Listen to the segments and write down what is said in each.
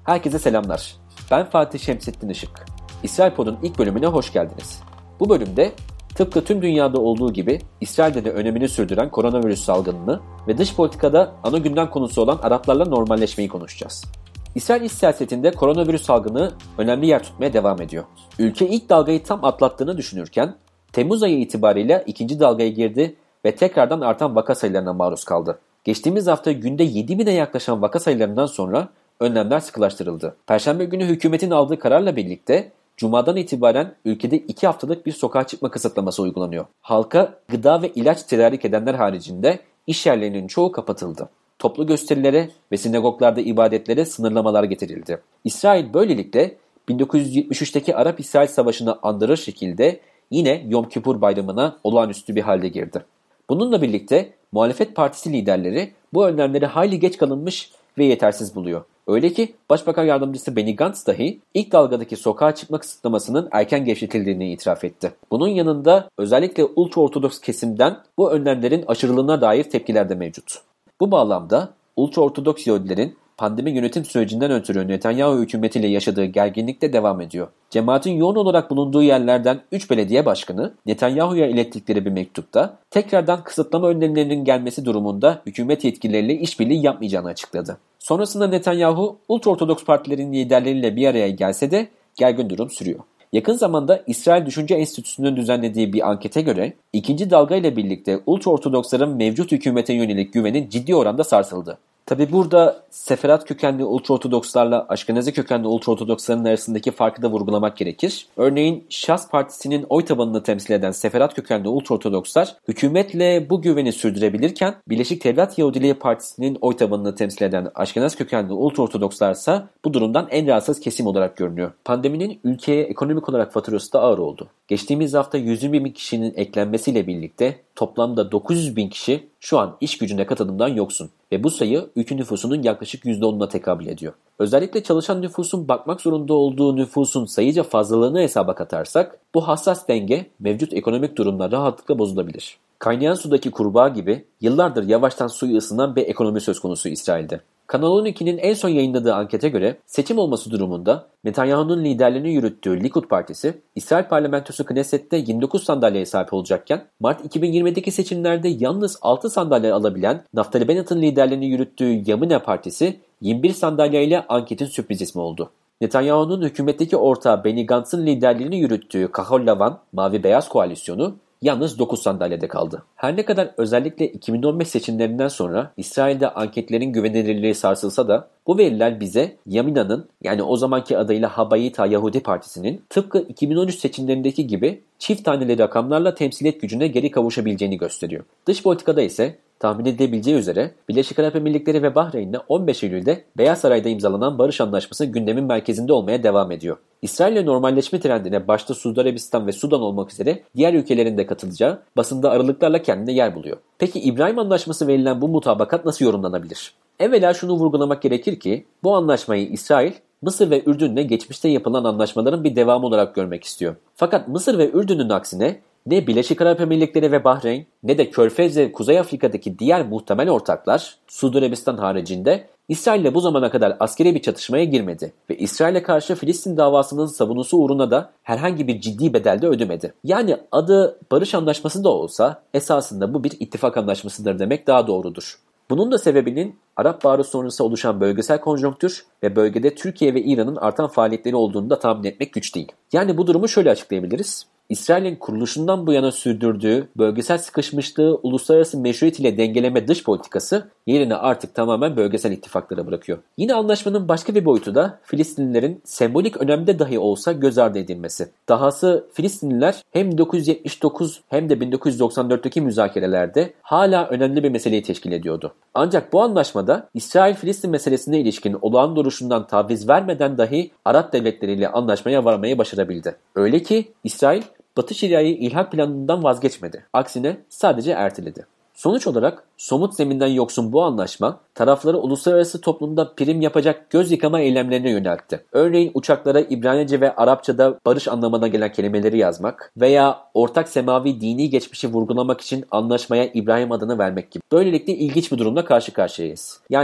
Herkese selamlar. Ben Fatih Şemsettin Işık. İsrail Pod'un ilk bölümüne hoş geldiniz. Bu bölümde tıpkı tüm dünyada olduğu gibi İsrail'de de önemini sürdüren koronavirüs salgınını ve dış politikada ana gündem konusu olan Araplarla normalleşmeyi konuşacağız. İsrail iç siyasetinde koronavirüs salgını önemli yer tutmaya devam ediyor. Ülke ilk dalgayı tam atlattığını düşünürken Temmuz ayı itibariyle ikinci dalgaya girdi ve tekrardan artan vaka sayılarına maruz kaldı. Geçtiğimiz hafta günde 7.000'e yaklaşan vaka sayılarından sonra önlemler sıkılaştırıldı. Perşembe günü hükümetin aldığı kararla birlikte Cuma'dan itibaren ülkede 2 haftalık bir sokağa çıkma kısıtlaması uygulanıyor. Halka gıda ve ilaç tedarik edenler haricinde iş yerlerinin çoğu kapatıldı. Toplu gösterilere ve sinagoglarda ibadetlere sınırlamalar getirildi. İsrail böylelikle 1973'teki Arap-İsrail Savaşı'nı andırır şekilde yine Yom Kipur Bayramı'na olağanüstü bir halde girdi. Bununla birlikte muhalefet partisi liderleri bu önlemleri hayli geç kalınmış ve yetersiz buluyor. Öyle ki Başbakan Yardımcısı Benny Gantz dahi ilk dalgadaki sokağa çıkma kısıtlamasının erken gevşetildiğini itiraf etti. Bunun yanında özellikle ultraortodoks kesimden bu önlemlerin aşırılığına dair tepkiler de mevcut. Bu bağlamda ultraortodoks Yahudilerin pandemi yönetim sürecinden ötürü Netanyahu hükümetiyle yaşadığı gerginlik de devam ediyor. Cemaatin yoğun olarak bulunduğu yerlerden 3 belediye başkanı Netanyahu'ya ilettikleri bir mektupta tekrardan kısıtlama önlemlerinin gelmesi durumunda hükümet yetkilileriyle işbirliği yapmayacağını açıkladı. Sonrasında Netanyahu ultraortodoks partilerin liderleriyle bir araya gelse de gergin durum sürüyor. Yakın zamanda İsrail Düşünce Enstitüsü'nün düzenlediği bir ankete göre ikinci dalga ile birlikte ultraortodoksların mevcut hükümete yönelik güveni ciddi oranda sarsıldı. Tabi burada Seferat kökenli ultraortodokslarla Aşkenazi kökenli ultraortodoksların arasındaki farkı da vurgulamak gerekir. Örneğin Şas Partisi'nin oy tabanını temsil eden Seferat kökenli ultraortodokslar hükümetle bu güveni sürdürebilirken Birleşik Devlet Yahudiliği Partisi'nin oy tabanını temsil eden Aşkenaz kökenli ultraortodokslarsa bu durumdan en rahatsız kesim olarak görünüyor. Pandeminin ülkeye ekonomik olarak faturası da ağır oldu. Geçtiğimiz hafta 120 bin kişinin eklenmesiyle birlikte toplamda 900 bin kişi şu an iş gücüne katılımdan yoksun ve bu sayı ülke nüfusunun yaklaşık %10'una tekabül ediyor. Özellikle çalışan nüfusun bakmak zorunda olduğu nüfusun sayıca fazlalığını hesaba katarsak bu hassas denge mevcut ekonomik durumla rahatlıkla bozulabilir. Kaynayan sudaki kurbağa gibi yıllardır yavaştan suyu ısınan bir ekonomi söz konusu İsrail'de. Kanal 12'nin en son yayınladığı ankete göre seçim olması durumunda Netanyahu'nun liderliğini yürüttüğü Likud Partisi, İsrail parlamentosu Knesset'te 29 sandalyeye sahip olacakken Mart 2020'deki seçimlerde yalnız 6 sandalye alabilen Naftali Bennett'in liderliğini yürüttüğü Yamina Partisi 21 sandalyeyle anketin sürpriz ismi oldu. Netanyahu'nun hükümetteki ortağı Benny Gantz'ın liderliğini yürüttüğü Kahol Lavan, Mavi Beyaz Koalisyonu yalnız 9 sandalyede kaldı. Her ne kadar özellikle 2015 seçimlerinden sonra İsrail'de anketlerin güvenilirliği sarsılsa da bu veriler bize Yamina'nın yani o zamanki adıyla Habayita Yahudi Partisi'nin tıpkı 2013 seçimlerindeki gibi çift taneli rakamlarla temsiliyet gücüne geri kavuşabileceğini gösteriyor. Dış politikada ise tahmin edilebileceği üzere Birleşik Arap Emirlikleri ve Bahreyn'le 15 Eylül'de Beyaz Saray'da imzalanan barış anlaşması gündemin merkezinde olmaya devam ediyor. İsrail'le normalleşme trendine başta Suudi Arabistan ve Sudan olmak üzere diğer ülkelerin de katılacağı basında aralıklarla kendine yer buluyor. Peki İbrahim Anlaşması verilen bu mutabakat nasıl yorumlanabilir? Evvela şunu vurgulamak gerekir ki bu anlaşmayı İsrail, Mısır ve Ürdün'le geçmişte yapılan anlaşmaların bir devamı olarak görmek istiyor. Fakat Mısır ve Ürdün'ün aksine ne Birleşik Arap Emirlikleri ve Bahreyn ne de Körfez ve Kuzey Afrika'daki diğer muhtemel ortaklar Suudi Arabistan haricinde İsrail'le bu zamana kadar askeri bir çatışmaya girmedi ve İsrail'e karşı Filistin davasının savunusu uğruna da herhangi bir ciddi bedel de ödemedi. Yani adı barış anlaşması da olsa esasında bu bir ittifak anlaşmasıdır demek daha doğrudur. Bunun da sebebinin Arap Baharı sonrası oluşan bölgesel konjonktür ve bölgede Türkiye ve İran'ın artan faaliyetleri olduğunu da tahmin etmek güç değil. Yani bu durumu şöyle açıklayabiliriz. İsrail'in kuruluşundan bu yana sürdürdüğü bölgesel sıkışmışlığı uluslararası meşruiyet ile dengeleme dış politikası yerini artık tamamen bölgesel ittifaklara bırakıyor. Yine anlaşmanın başka bir boyutu da Filistinlilerin sembolik önemde dahi olsa göz ardı edilmesi. Dahası Filistinliler hem 1979 hem de 1994'teki müzakerelerde hala önemli bir meseleyi teşkil ediyordu. Ancak bu anlaşmada İsrail-Filistin meselesine ilişkin olağan duruşundan taviz vermeden dahi Arap devletleriyle anlaşmaya varmayı başarabildi. Öyle ki İsrail Batı Şeria'yı ilhak planından vazgeçmedi. Aksine sadece erteledi. Sonuç olarak somut zeminden yoksun bu anlaşma tarafları uluslararası toplumda prim yapacak göz yıkama eylemlerine yöneltti. Örneğin uçaklara İbranice ve Arapçada barış anlamına gelen kelimeleri yazmak veya ortak semavi dini geçmişi vurgulamak için anlaşmaya İbrahim adını vermek gibi. Böylelikle ilginç bir durumla karşı karşıyayız. Yani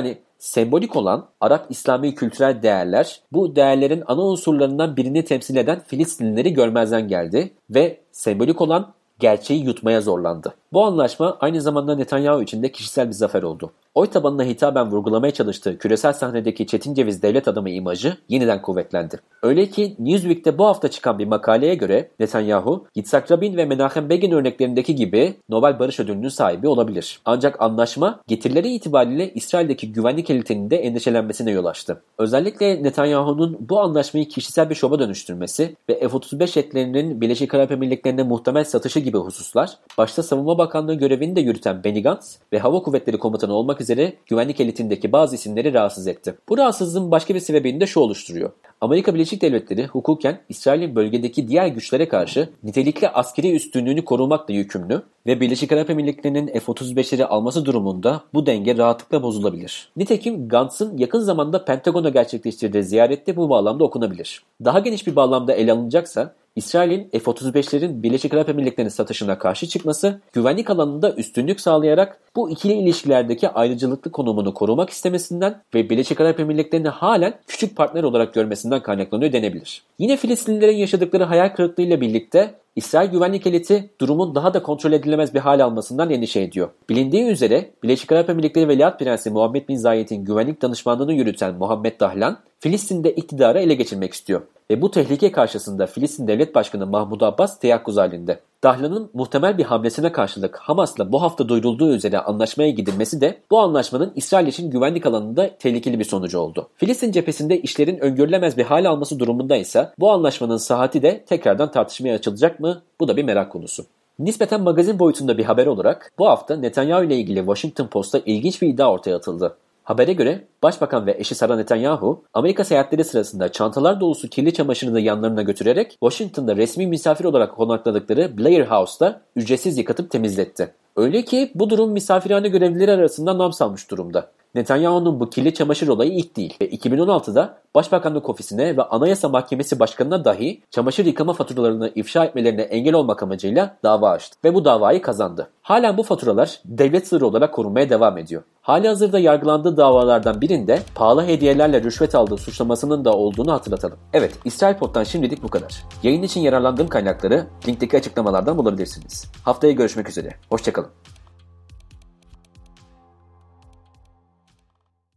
sembolik olan Arap İslami kültürel değerler bu değerlerin ana unsurlarından birini temsil eden Filistinlileri görmezden geldi ve sembolik olan gerçeği yutmaya zorlandı. Bu anlaşma aynı zamanda Netanyahu için de kişisel bir zafer oldu. Oy tabanına hitaben vurgulamaya çalıştığı küresel sahnedeki çetin ceviz devlet adamı imajı yeniden kuvvetlendi. Öyle ki Newsweek'te bu hafta çıkan bir makaleye göre Netanyahu, Yitzhak Rabin ve Menachem Begin örneklerindeki gibi Nobel Barış Ödülü'nün sahibi olabilir. Ancak anlaşma getirileri itibariyle İsrail'deki güvenlik elitinin de endişelenmesine yol açtı. Özellikle Netanyahu'nun bu anlaşmayı kişisel bir şova dönüştürmesi ve F-35 jetlerinin Birleşik Arap Emirlikleri'ne muhtemel satışı gibi hususlar, başta Savunma Bakanlığı görevini de yürüten Benny Gantz ve Hava Kuvvetleri Komutanı olmak üzere güvenlik elitindeki bazı isimleri rahatsız etti. Bu rahatsızlığın başka bir sebebini de şu oluşturuyor. Amerika Birleşik Devletleri hukuken İsrail'in bölgedeki diğer güçlere karşı nitelikli askeri üstünlüğünü korumakla yükümlü ve Birleşik Arap Emirlikleri'nin F-35'leri alması durumunda bu denge rahatlıkla bozulabilir. Nitekim Gantz'ın yakın zamanda Pentagon'a gerçekleştirdiği ziyarette bu bağlamda okunabilir. Daha geniş bir bağlamda ele alınacaksa İsrail'in F-35'lerin Birleşik Arap Emirlikleri'nin satışına karşı çıkması, güvenlik alanında üstünlük sağlayarak bu ikili ilişkilerdeki ayrıcalıklı konumunu korumak istemesinden ve Birleşik Arap Emirlikleri'ni halen küçük partner olarak görmesinden kaynaklanıyor denebilir. Yine Filistinlilerin yaşadıkları hayal kırıklığıyla birlikte İsrail güvenlik eliti durumun daha da kontrol edilemez bir hal almasından endişe ediyor. Bilindiği üzere Birleşik Arap Emirlikleri Veliaht Prensi Muhammed Bin Zayed'in güvenlik danışmanlığını yürüten Muhammed Dahlan, Filistin'de iktidarı ele geçirmek istiyor. Ve bu tehlike karşısında Filistin Devlet Başkanı Mahmud Abbas teyakkuz halinde. Dahlan'ın muhtemel bir hamlesine karşılık Hamas'la bu hafta duyurulduğu üzere anlaşmaya gidilmesi de bu anlaşmanın İsrail için güvenlik alanında tehlikeli bir sonucu oldu. Filistin cephesinde işlerin öngörülemez bir hal alması durumunda ise bu anlaşmanın sıhhati de tekrardan tartışmaya açılacak mı? Bu da bir merak konusu. Nispeten magazin boyutunda bir haber olarak bu hafta Netanyahu ile ilgili Washington Post'ta ilginç bir iddia ortaya atıldı. Habere göre Başbakan ve eşi Sara Netanyahu, Amerika seyahatleri sırasında çantalar dolusu kirli çamaşırını yanlarına götürerek Washington'da resmi misafir olarak konakladıkları Blair House'da ücretsiz yıkatıp temizletti. Öyle ki bu durum misafirhane görevlileri arasında nam salmış durumda. Netanyahu'nun bu kirli çamaşır olayı ilk değil ve 2016'da Başbakanlık Ofisi'ne ve Anayasa Mahkemesi Başkanı'na dahi çamaşır yıkama faturalarını ifşa etmelerine engel olmak amacıyla dava açtı ve bu davayı kazandı. Halen bu faturalar devlet sırrı olarak korunmaya devam ediyor. Halihazırda yargılandığı davalardan birinde pahalı hediyelerle rüşvet aldığı suçlamasının da olduğunu hatırlatalım. Evet, İsrail Pod'dan şimdilik bu kadar. Yayın için yararlandığım kaynakları linkteki açıklamalardan bulabilirsiniz. Haftaya görüşmek üzere. Hoşçakalın.